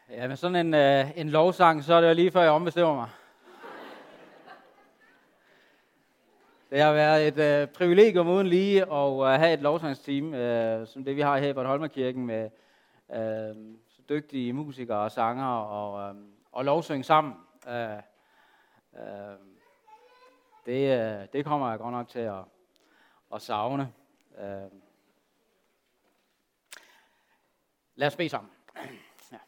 Ja, med sådan en lovsang, så er det jo lige før jeg ombestemmer mig. Det har været et privilegium uden lige at have et lovsangsteam, som det vi har her i Bornholmerkirken, med så dygtige musikere og sangere og lovsynge sammen. Det kommer jeg godt nok til at savne. Lad os bede sammen. Ja.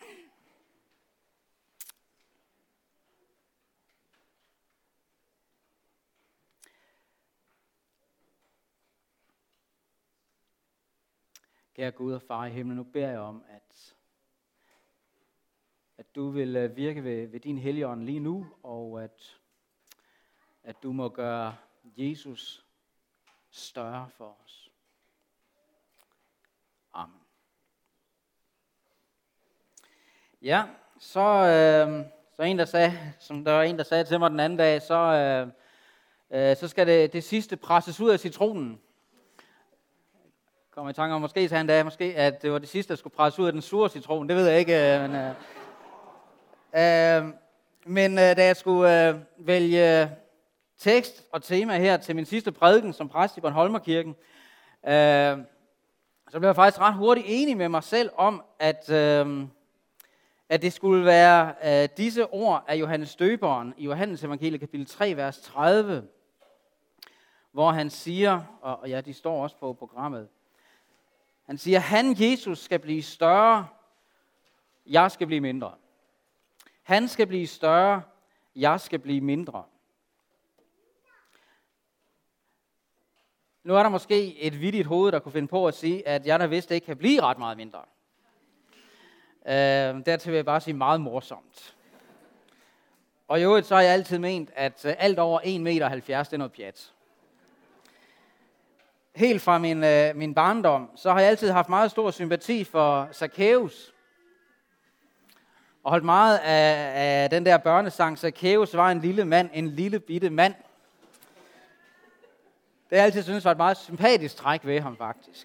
Kære Gud og Far i himlen, nu beder jeg om, at du vil virke ved din Helligånd lige nu, og at du må gøre Jesus større for os. Amen. Ja, så en, der sagde, som der var en, der sagde til mig den anden dag, så skal det sidste presses ud af citronen. Kommer i tanke om, måske sagde han da, at det var det sidste, der skulle presses ud af den sure citron. Det ved jeg ikke. Men da jeg skulle vælge tekst og tema her til min sidste prædiken som præst i Bornholmerkirken, så blev jeg faktisk ret hurtigt enig med mig selv om, at det skulle være disse ord af Johannes Døberen i Johannes evangeliet kapitel 3, vers 30, hvor han siger, og ja, de står også på programmet, han siger, han, Jesus, skal blive større, jeg skal blive mindre. Han skal blive større, jeg skal blive mindre. Nu er der måske et vittigt hoved, der kunne finde på at sige, at jeg da vist ikke kan blive ret meget mindre. Dertil vil jeg bare sige meget morsomt. Og i øvrigt så har jeg altid ment, at alt over 1,70 meter, det er noget pjat. Helt fra min barndom, så har jeg altid haft meget stor sympati for Zacchaeus. Og holdt meget af den der børnesang, Zacchaeus var en lille mand, en lille bitte mand. Det jeg altid synes var et meget sympatisk træk ved ham faktisk.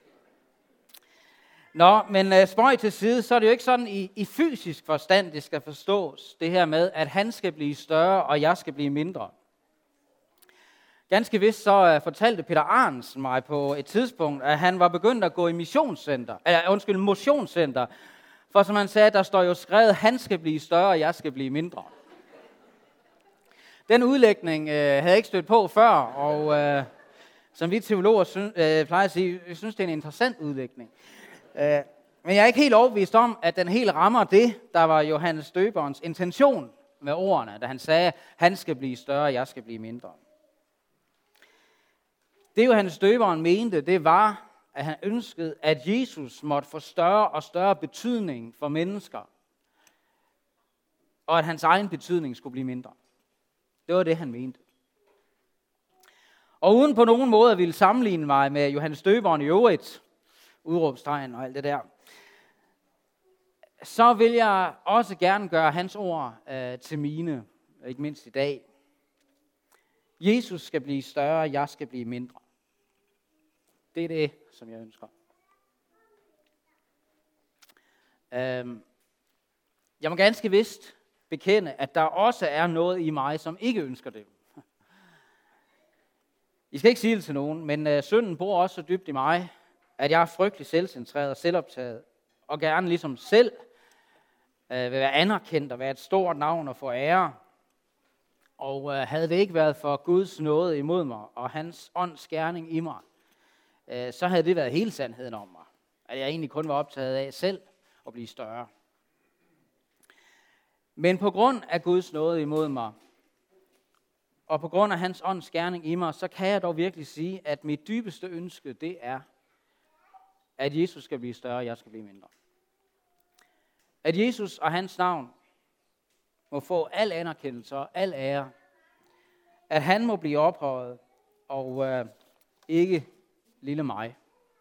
Nå, men spøj til side, så er det jo ikke sådan i fysisk forstand, det skal forstås, det her med, at han skal blive større, og jeg skal blive mindre. Ganske vist så fortalte Peter Arnsen mig på et tidspunkt, at han var begyndt at gå i motionscenter. For som han sagde, der står jo skrevet, han skal blive større, og jeg skal blive mindre. Den udlægning havde jeg ikke stødt på før, og som vi teologer plejer at sige, jeg synes, det er en interessant udlægning. Men jeg er ikke helt overbevist om, at den helt rammer det, der var Johannes Døberens intention med ordene, da han sagde, han skal blive større, og jeg skal blive mindre. Det Johannes Døberen mente, det var, at han ønskede, at Jesus måtte få større og større betydning for mennesker, og at hans egen betydning skulle blive mindre. Det var det, han mente. Og uden på nogen måde at ville sammenligne mig med Johannes Døberen i øvrigt, udråbstegn og alt det der, så vil jeg også gerne gøre hans ord til mine, ikke mindst i dag. Jesus skal blive større, jeg skal blive mindre. Det er det, som jeg ønsker. Jeg må ganske vist bekende, at der også er noget i mig, som ikke ønsker det. I skal ikke sige det til nogen, men synden bor også så dybt i mig, at jeg er frygtelig selvcentreret og selvoptaget, og gerne ligesom selv vil være anerkendt og være et stort navn og få ære. Og havde det ikke været for Guds nåde imod mig og hans ånds gerning i mig, så havde det været hele sandheden om mig. At jeg egentlig kun var optaget af selv at blive større. Men på grund af Guds nåde imod mig, og på grund af hans ånds gerning i mig, så kan jeg dog virkelig sige, at mit dybeste ønske, det er, at Jesus skal blive større, og jeg skal blive mindre. At Jesus og hans navn må få al anerkendelse og al ære. At han må blive ophøjet, og ikke lille mig.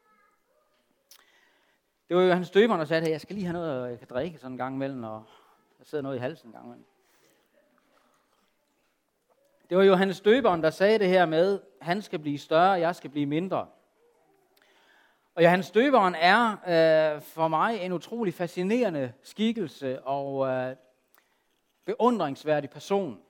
Det var jo Johannes Døberen, der sagde, at jeg skal lige have noget, jeg kan drikke sådan en gang imellem, og der sidder noget i halsen en gang imellem. Det var Johannes Døberen, der sagde det her med, han skal blive større, jeg skal blive mindre. Og Johannes Døberen er for mig en utrolig fascinerende skikkelse og beundringsværdig person.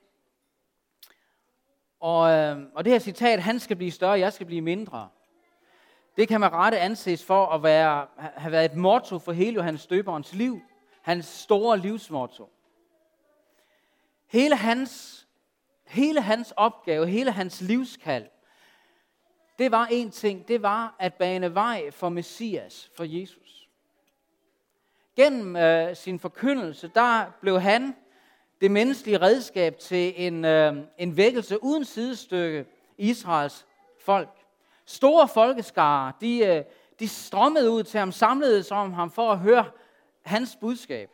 Og det her citat, han skal blive større, jeg skal blive mindre, det kan med rette anses for at have været et motto for hele Johannes Døberens liv. Hans store livsmotto. Hele hans opgave, hele hans livskald, det var en ting, det var at bane vej for Messias, for Jesus. Gennem sin forkyndelse, der blev han det menneskelige redskab til en vækkelse uden sidestykke i Israels folk. Store folkeskarer, de strømmede ud til ham, samledes om ham for at høre hans budskab.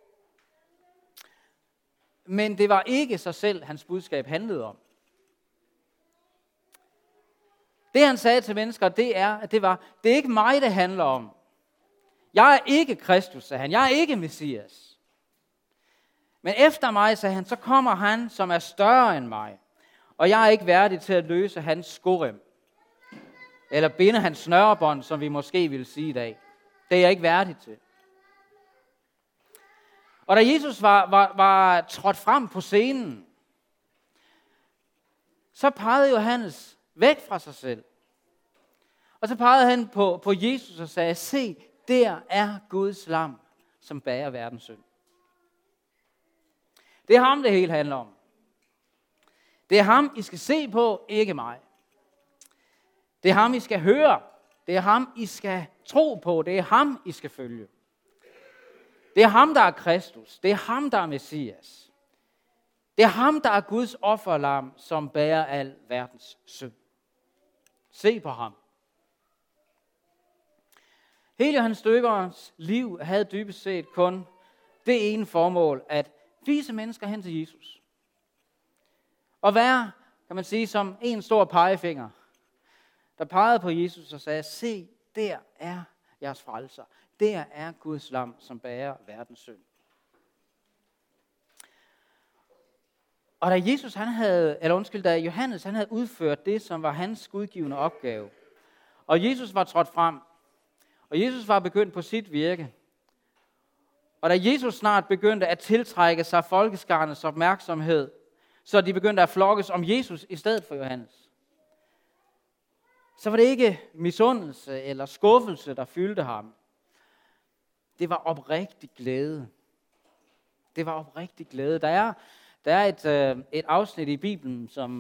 Men det var ikke sig selv, hans budskab handlede om. Det han sagde til mennesker, det er ikke mig, det handler om. Jeg er ikke Kristus, sagde han. Jeg er ikke Messias. Men efter mig, sagde han, så kommer han, som er større end mig. Og jeg er ikke værdig til at løse hans skorem. Eller binde hans snørebånd, som vi måske vil sige i dag. Det er jeg ikke værdig til. Og da Jesus var trådt frem på scenen, så pegede Johannes væk fra sig selv. Og så pegede han på Jesus og sagde, se, der er Guds lam, som bærer verdens synd. Det er ham, det hele handler om. Det er ham, I skal se på, ikke mig. Det er ham, I skal høre. Det er ham, I skal tro på. Det er ham, I skal følge. Det er ham, der er Kristus. Det er ham, der er Messias. Det er ham, der er Guds offerlam, som bærer al verdens synd. Se på ham. Hele Johannes Døberens liv havde dybest set kun det ene formål, at vise mennesker hen til Jesus. Og være, kan man sige, som en stor pegefinger, der pegede på Jesus og sagde, se, der er jeres frelser. Der er Guds lam, som bærer verdens synd. Og da Johannes han havde udført det, som var hans gudgivende opgave, og Jesus var trådt frem, og Jesus var begyndt på sit virke, og da Jesus snart begyndte at tiltrække sig folkeskarnes opmærksomhed, så de begyndte at flokkes om Jesus i stedet for Johannes, så var det ikke misundelse eller skuffelse, der fyldte ham. Det var oprigtig glæde. Det var oprigtig glæde. Der er et afsnit i Bibelen, som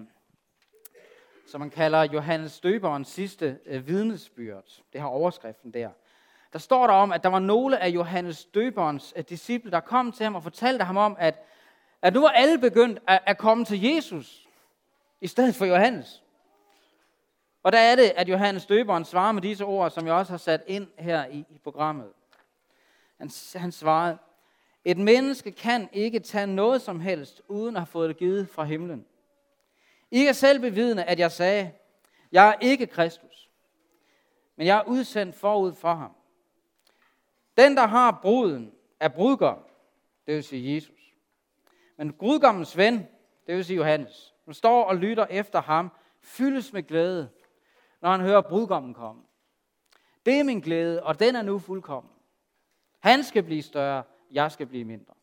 man kalder Johannes Døberens sidste vidnesbyrd. Det har overskriften der. Der står der om, at der var nogle af Johannes Døberens disciple, der kom til ham og fortalte ham om, at nu var alle begyndt at komme til Jesus i stedet for Johannes. Og der er det, at Johannes Døberen svarer med disse ord, som jeg også har sat ind her i programmet. Han svarede, et menneske kan ikke tage noget som helst, uden at have fået det givet fra himlen. I kan selv bevidne, at jeg sagde, jeg er ikke Kristus, men jeg er udsendt forud for ham. Den, der har bruden, er brudgom, det vil sige Jesus. Men brudgommens ven, det vil sige Johannes, som står og lytter efter ham, fyldes med glæde, når han hører brudgommen komme. Det er min glæde, og den er nu fuldkommen. Han skal blive større, jeg skal blive mindre.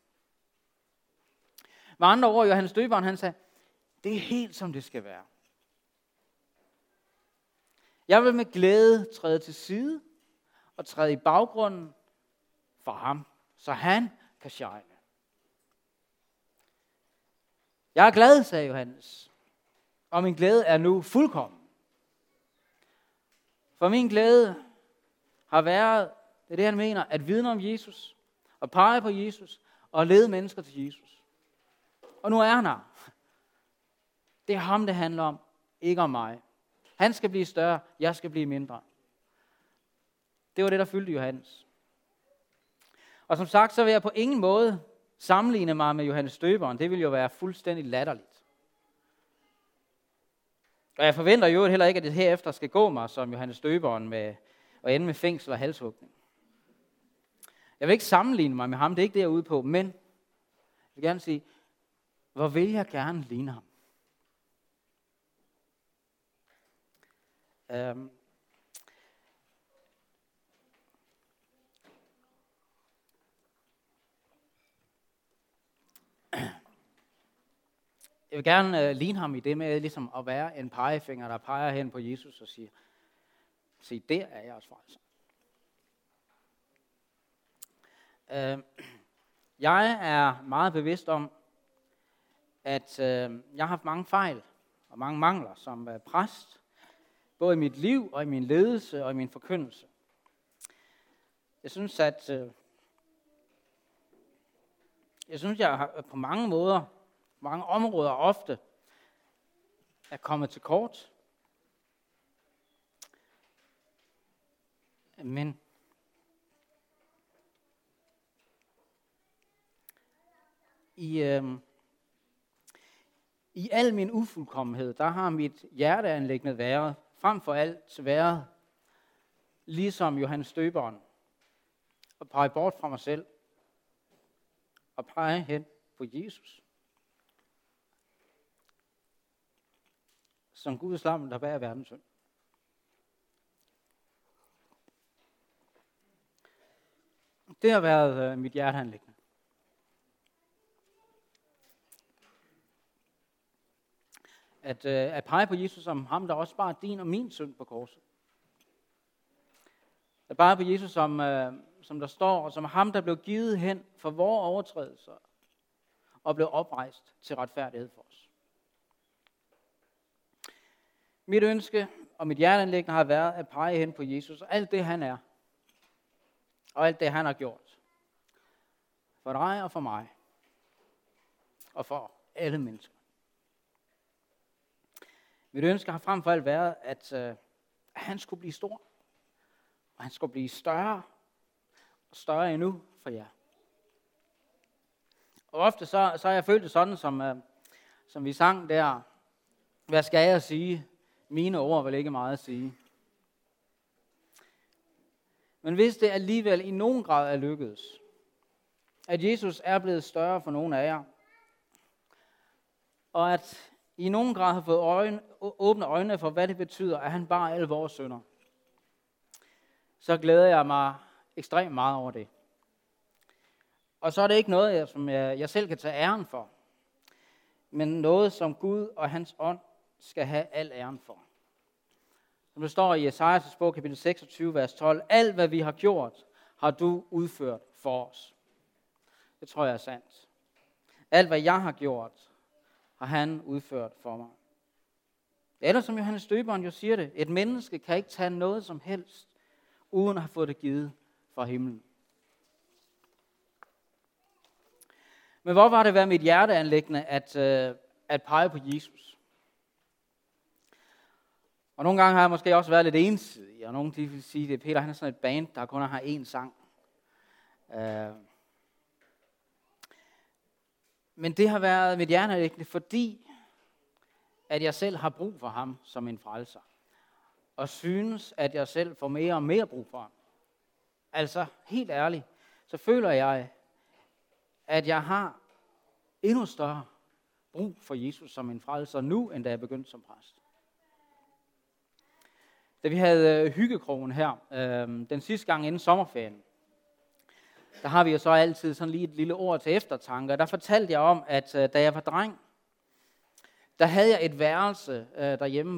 Med andre ord, Johannes Døberen, han sagde, det er helt som det skal være. Jeg vil med glæde træde til side og træde i baggrunden for ham, så han kan shine. Jeg er glad, sagde Johannes, og min glæde er nu fuldkommen. For min glæde har været, det er det han mener, at vidne om Jesus, og pege på Jesus, og lede mennesker til Jesus. Og nu er han her. Det er ham, det handler om, ikke om mig. Han skal blive større, jeg skal blive mindre. Det var det, der fyldte Johannes. Og som sagt, så vil jeg på ingen måde sammenligne mig med Johannes Døberen. Det vil jo være fuldstændig latterligt. Og jeg forventer jo heller ikke, at det herefter skal gå mig som Johannes Døberen med at ende med fængsel og halshugning. Jeg vil ikke sammenligne mig med ham, det er ikke det, jeg er ude på, men jeg vil gerne sige, hvor vil jeg gerne ligne ham? Jeg vil gerne ligne ham i det med ligesom at være en pegefinger, der peger hen på Jesus og siger, se, der er jeres frelser. Jeg er meget bevidst om, at jeg har haft mange fejl og mange mangler som præst, både i mit liv og i min ledelse og i min forkyndelse. Jeg synes, jeg har på mange måder, mange områder ofte er kommet til kort. Men i al min ufuldkommenhed, der har mit hjerteanliggende været, frem for alt været, ligesom Johannes Døberen, at pege bort fra mig selv, og pege hen på Jesus. Som Guds lam, der bærer verdens synd. Det har været mit hjerteanliggende. At pege på Jesus som ham, der også bar din og min synd på korset. At pege på Jesus som der står, og som ham, der blev givet hen for vores overtrædelser, og blev oprejst til retfærdighed for os. Mit ønske og mit hjerteanliggende har været at pege hen på Jesus, og alt det han er, og alt det han har gjort. For dig og for mig, og for alle mennesker. Mit ønske har frem for alt været, at han skulle blive stor, og han skulle blive større, og større endnu for jer. Og ofte så har jeg følt det sådan, som vi sang der, hvad skal jeg sige? Mine ord vil ikke meget at sige. Men hvis det alligevel i nogen grad er lykkedes, at Jesus er blevet større for nogle af jer, og at I nogen grad har fået åbne øjnene for, hvad det betyder, at han bar alle vores synder, så glæder jeg mig ekstremt meget over det. Og så er det ikke noget, som jeg selv kan tage æren for, men noget, som Gud og hans ånd skal have al æren for. Som det står i Esajas bog, kapitel 26, vers 12. Alt, hvad vi har gjort, har du udført for os. Det tror jeg er sandt. Alt, hvad jeg har gjort, har han udført for mig. Eller som Johannes Døberen jo siger det, et menneske kan ikke tage noget som helst, uden at have fået det givet fra himlen. Men hvor var det været mit hjerteanliggende at pege på Jesus? Og nogle gange har jeg måske også været lidt ensidig, og nogle vil sige, at Peter han er sådan et band, der kun har én sang. Men det har været mit hjerteanliggende, fordi at jeg selv har brug for ham som en frelser. Og synes, at jeg selv får mere og mere brug for ham. Altså, helt ærligt, så føler jeg, at jeg har endnu større brug for Jesus som en frelser nu, end da jeg begyndte som præst. Da vi havde hyggekrogen her, den sidste gang inden sommerferien, der har vi jo så altid sådan lige et lille ord til eftertanke. Der fortalte jeg om, at da jeg var dreng, der havde jeg et værelse derhjemme,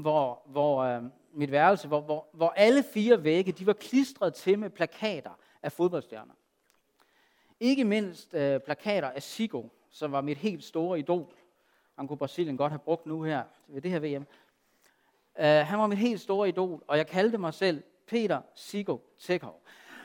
hvor alle 4 vægge, de var klistret til med plakater af fodboldstjerner. Ikke mindst plakater af Zico, som var mit helt store idol. Han kunne Brasilien godt have brugt nu her ved det her VM. Han var mit helt store idol, og jeg kaldte mig selv Peter Zico Tjechov.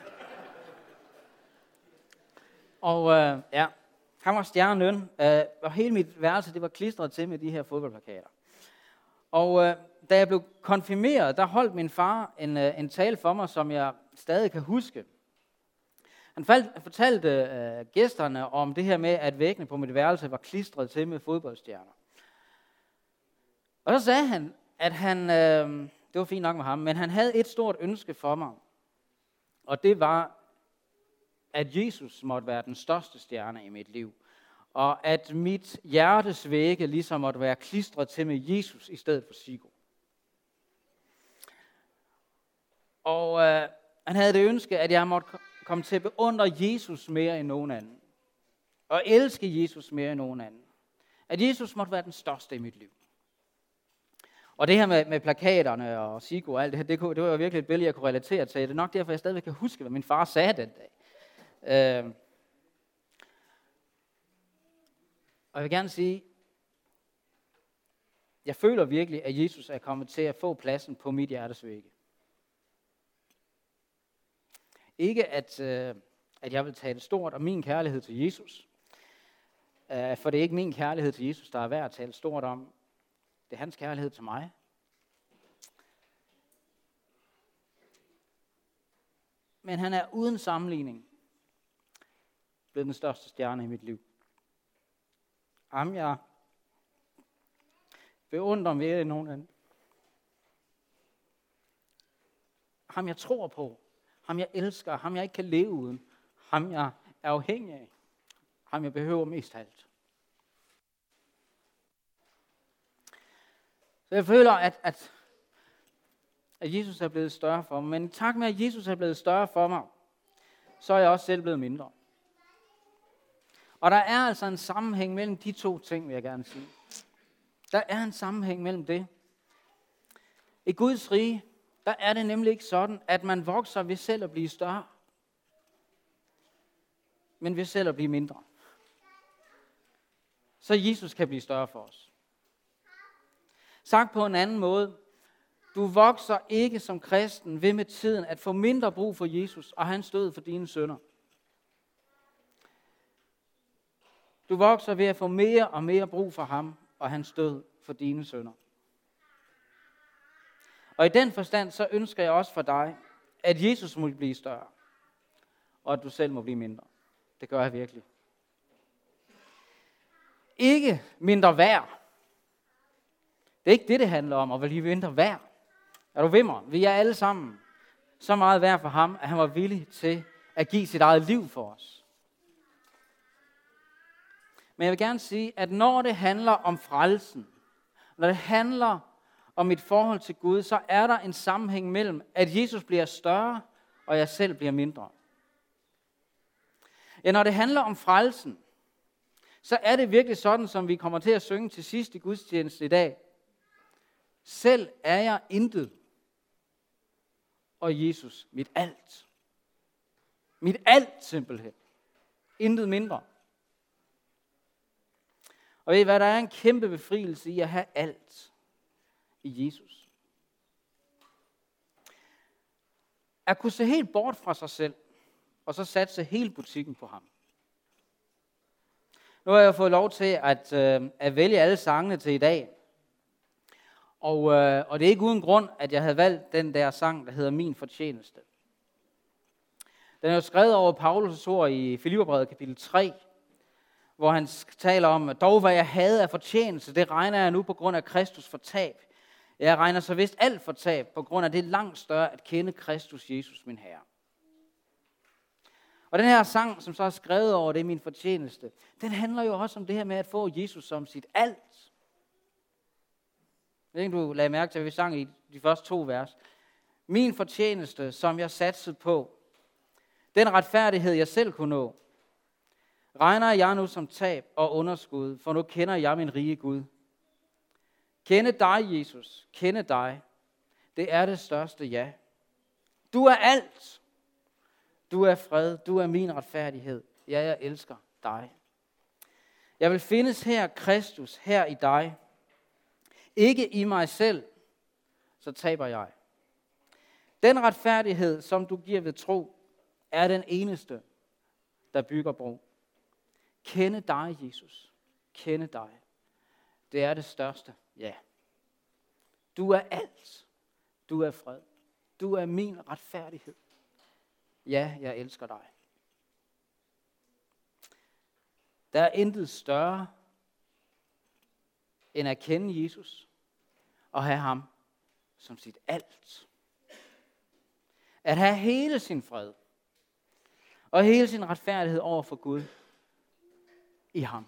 Og han var stjernen, og hele mit værelse det var klistret til med de her fodboldplakater. Og da jeg blev konfirmeret, der holdt min far en tale for mig, som jeg stadig kan huske. Han fortalte gæsterne om det her med, at væggene på mit værelse var klistret til med fodboldstjerner. Og så sagde han, at det var fint nok med ham, men han havde et stort ønske for mig. Og det var, at Jesus måtte være den største stjerne i mit liv. Og at mit hjertes vægge ligesom måtte være klistret til med Jesus i stedet for Zico. Og han havde det ønske, at jeg måtte komme til at beundre Jesus mere end nogen anden. Og elske Jesus mere end nogen anden. At Jesus måtte være den største i mit liv. Og det her med plakaterne og Sigo og alt det her, det var jo virkelig et billede, jeg kunne relatere til. Det er nok derfor, jeg stadigvæk kan huske, hvad min far sagde den dag. Og jeg vil gerne sige, jeg føler virkelig, at Jesus er kommet til at få pladsen på mit hjertes vægge. Ikke at jeg vil tale stort om min kærlighed til Jesus. For det er ikke min kærlighed til Jesus, der er værd at tale stort om. Det er hans kærlighed til mig. Men han er uden sammenligning blevet den største stjerne i mit liv. Ham jeg beundrer mere end nogen anden. Ham jeg tror på. Ham jeg elsker. Ham jeg ikke kan leve uden. Ham jeg er afhængig af. Ham jeg behøver mest af alt. Så jeg føler, at Jesus er blevet større for mig. Men i takt med, at Jesus er blevet større for mig, så er jeg også selv blevet mindre. Og der er altså en sammenhæng mellem de to ting, vil jeg gerne sige. Der er en sammenhæng mellem det. I Guds rige, der er det nemlig ikke sådan, at man vokser ved selv at blive større, men ved selv at blive mindre. Så Jesus kan blive større for os. Sagt på en anden måde, du vokser ikke som kristen ved med tiden at få mindre brug for Jesus og hans død for dine synder. Du vokser ved at få mere og mere brug for ham og hans død for dine synder. Og i den forstand så ønsker jeg også for dig, at Jesus må blive større, og at du selv må blive mindre. Det gør jeg virkelig. Ikke mindre værd. Det er ikke det handler om, at blive mindre værd. Er du ved mig? Vi er alle sammen så meget værd for ham, at han var villig til at give sit eget liv for os. Men jeg vil gerne sige, at når det handler om frelsen, når det handler om mit forhold til Gud, så er der en sammenhæng mellem, at Jesus bliver større, og jeg selv bliver mindre. Ja, når det handler om frelsen, så er det virkelig sådan, som vi kommer til at synge til sidst i gudstjenesten i dag. Selv er jeg intet, og Jesus mit alt. Mit alt simpelthen. Intet mindre. Og ved I hvad, der er en kæmpe befrielse i at have alt i Jesus. At kunne se helt bort fra sig selv, og så satse hele butikken på ham. Nu har jeg fået lov til at vælge alle sangene til i dag. Og det er ikke uden grund, at jeg havde valgt den der sang, der hedder Min fortjeneste. Den er jo skrevet over Paulus' ord i Filipperbrevet kapitel 3, hvor han taler om, at dog hvad jeg havde af fortjeneste, det regner jeg nu på grund af Kristus for tab. Jeg regner så vist alt for tab, på grund af det langt større at kende Kristus Jesus, min Herre. Og den her sang, som så er skrevet over det, Min fortjeneste, den handler jo også om det her med at få Jesus som sit alt. Jeg ved ikke, du lagde mærke til, at vi sang i de første 2 vers. Min fortjeneste, som jeg satsede på, den retfærdighed, jeg selv kunne nå, regner jeg nu som tab og underskud, for nu kender jeg min rige Gud. Kende dig, Jesus, kende dig, det er det største ja. Du er alt. Du er fred, du er min retfærdighed. Ja, jeg elsker dig. Jeg vil findes her, Kristus, her i dig. Ikke i mig selv, så taber jeg. Den retfærdighed, som du giver ved tro, er den eneste, der bygger bro. Kende dig, Jesus. Kende dig. Det er det største, ja. Du er alt. Du er fred. Du er min retfærdighed. Ja, jeg elsker dig. Der er intet større end at kende Jesus og have ham som sit alt. At have hele sin fred og hele sin retfærdighed over for Gud i ham.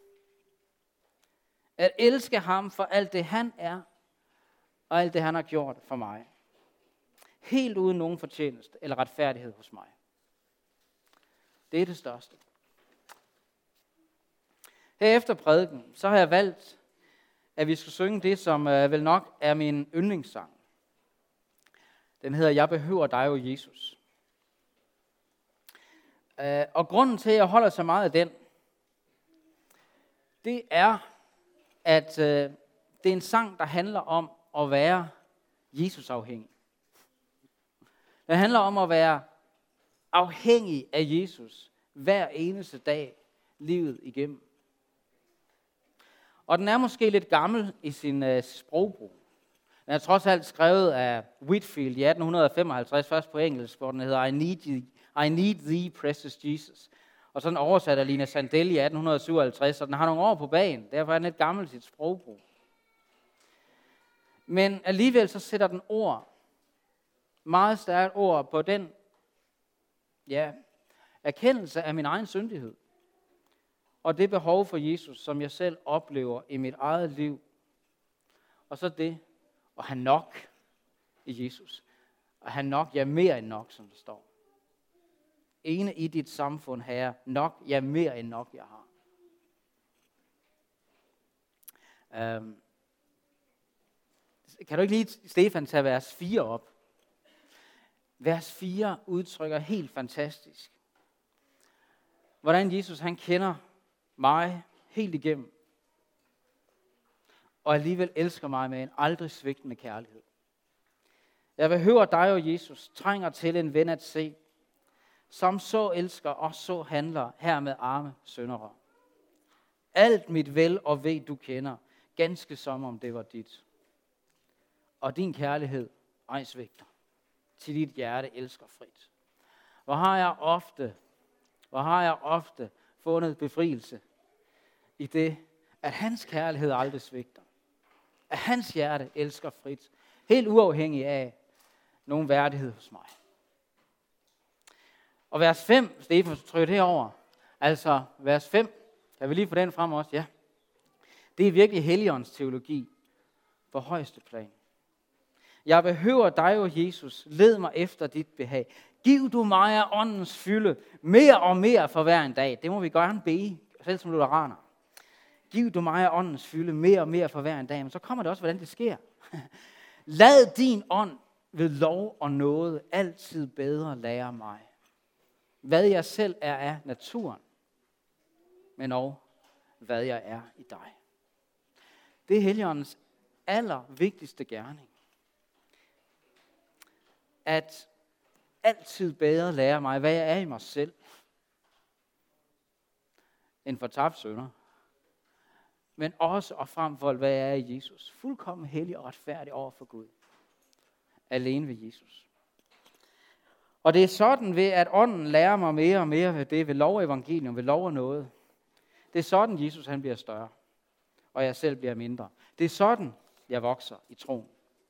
At elske ham for alt det han er og alt det han har gjort for mig. Helt uden nogen fortjeneste eller retfærdighed hos mig. Det er det største. Her efter prædiken, så har jeg valgt, at vi skal synge det, som vel nok er min yndlingssang. Den hedder Jeg behøver dig, o Jesus. Og grunden til, at jeg holder så meget af den, det er, at det er en sang, der handler om at være Jesus-afhængig. Det handler om at være afhængig af Jesus hver eneste dag, livet igennem. Og den er måske lidt gammel i sin sprogbrug. Den er trods alt skrevet af Whitefield i 1855, først på engelsk, hvor den hedder I need thee, precious Jesus. Og sådan oversat af Lina Sandel i 1857, og den har nogle år på bagen. Derfor er den lidt gammel i sit sprogbrug. Men alligevel så sætter den meget stærkt ord på den erkendelse af min egen syndighed. Og det behov for Jesus, som jeg selv oplever i mit eget liv. Og så det at have nok i Jesus. At have nok, ja mere end nok, som der står. Ene i dit samfund, Herre, nok, ja mere end nok, jeg har. Kan du ikke lige, Stefan, tage vers 4 op? Vers 4 udtrykker helt fantastisk, hvordan Jesus han kender mig helt igennem, og alligevel elsker mig med en aldrig svigtende kærlighed. Jeg behøver dig, o Jesus, trænger til en ven at se, som så elsker og så handler her med arme syndere. Alt mit vel og ve du kender, ganske som om det var dit. Og din kærlighed ej svigter, til dit hjerte elsker frit. Hvor har jeg ofte fundet befrielse i det, at hans kærlighed aldrig svigter. At hans hjerte elsker frit, helt uafhængig af nogen værdighed hos mig. Og vers 5, Stefan, tryk det over. Altså vers 5, kan vi lige få den frem også? Ja. Det er virkelig Helligåndens teologi på højeste plan. Jeg behøver dig, o Jesus, led mig efter dit behag. Giv du mig af åndens fylde, mere og mere for hver en dag. Det må vi gerne bede, selv som lutheraner. Giv du mig af åndens fylde, mere og mere for hver en dag. Men så kommer det også, hvordan det sker. Lad din ånd ved lov og nåde altid bedre lære mig, hvad jeg selv er af naturen, men også hvad jeg er i dig. Det er Helligåndens allervigtigste gerning. At altid bedre lære mig, hvad jeg er i mig selv, en fortabt synder, men også at fremfolde, hvad jeg er i Jesus. Fuldkommen hellig og retfærdig over for Gud. Alene ved Jesus. Og det er sådan ved, at ånden lærer mig mere og mere ved det, ved lov og evangelium, ved lov og noget. Det er sådan, Jesus han bliver større, og jeg selv bliver mindre. Det er sådan, jeg vokser i troen.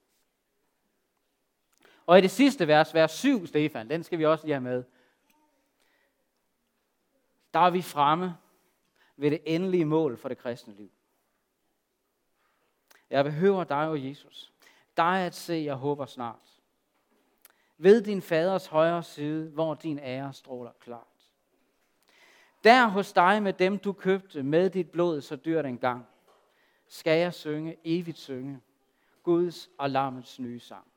Og i det sidste vers, vers 7, Stefan, den skal vi også lige have med. Der er vi fremme ved det endelige mål for det kristne liv. Jeg behøver dig, o Jesus. Dig at se, jeg håber snart. Ved din faders højre side, hvor din ære stråler klart. Der hos dig med dem, du købte, med dit blod så dyrt engang, skal jeg synge, evigt synge, Guds og lammets nye sang.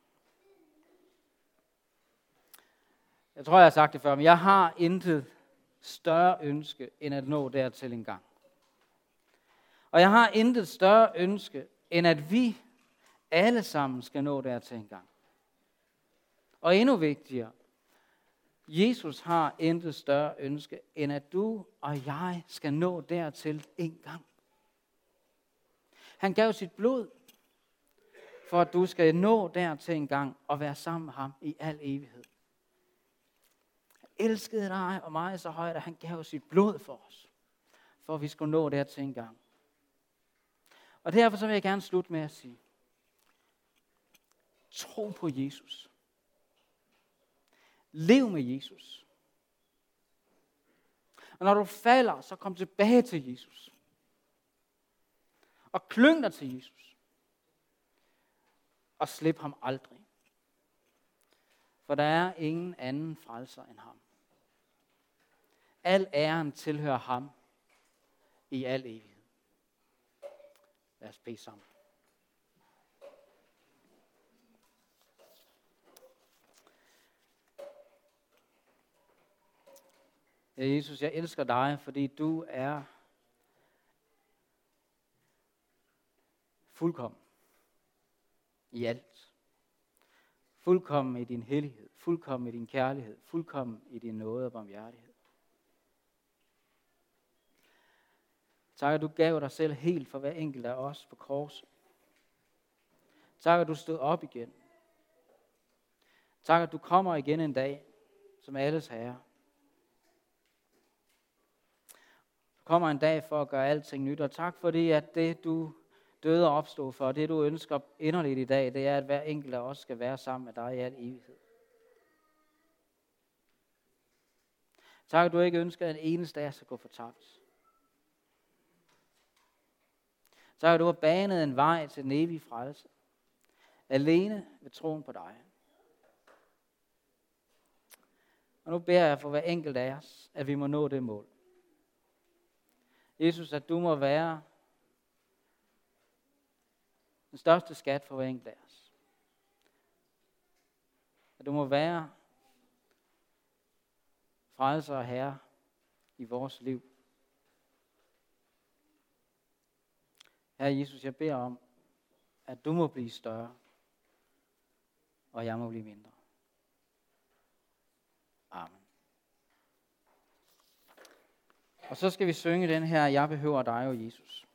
Jeg tror, jeg har sagt det før, men jeg har intet større ønske, end at nå dertil en gang. Og jeg har intet større ønske, end at vi alle sammen skal nå dertil en gang. Og endnu vigtigere, Jesus har intet større ønske, end at du og jeg skal nå dertil en gang. Han gav sit blod, for at du skal nå dertil en gang og være sammen med ham i al evighed. Han elskede dig og mig så højt, at han gav sit blod for os, for at vi skulle nå dertil en gang. Og derfor så vil jeg gerne slutte med at sige, tro på Jesus. Lev med Jesus. Og når du falder, så kom tilbage til Jesus. Og klyng dig til Jesus. Og slip ham aldrig. For der er ingen anden frelser end ham. Al æren tilhører ham. i al evighed. Lad os bede sammen. Ja, Jesus, jeg elsker dig, fordi du er fuldkommen i alt. Fuldkommen i din hellighed, fuldkommen i din kærlighed, fuldkommen i din nåde og barmhjertighed. Tak, at du gav dig selv helt for hver enkelt af os på korset. Tak, at du stod op igen. Tak, at du kommer igen en dag, som alles herre. Du kommer en dag for at gøre alting nyt, og tak fordi, at det du døde og opstod for, det du ønsker inderligt i dag, det er, at hver enkelt af os skal være sammen med dig i al evighed. Tak, at du ikke ønsker, at en eneste af os skal gå fortabt. Tak, at du har banet en vej til den evige frelse, alene ved troen på dig. Og nu beder jeg for hver enkelt af os, at vi må nå det mål. Jesus, at du må være den største skat for hver enkelt af os. At du må være frelser og herre i vores liv. Herre Jesus, jeg beder om, at du må blive større, og jeg må blive mindre. Amen. Og så skal vi synge den her, jeg behøver dig, o Jesus.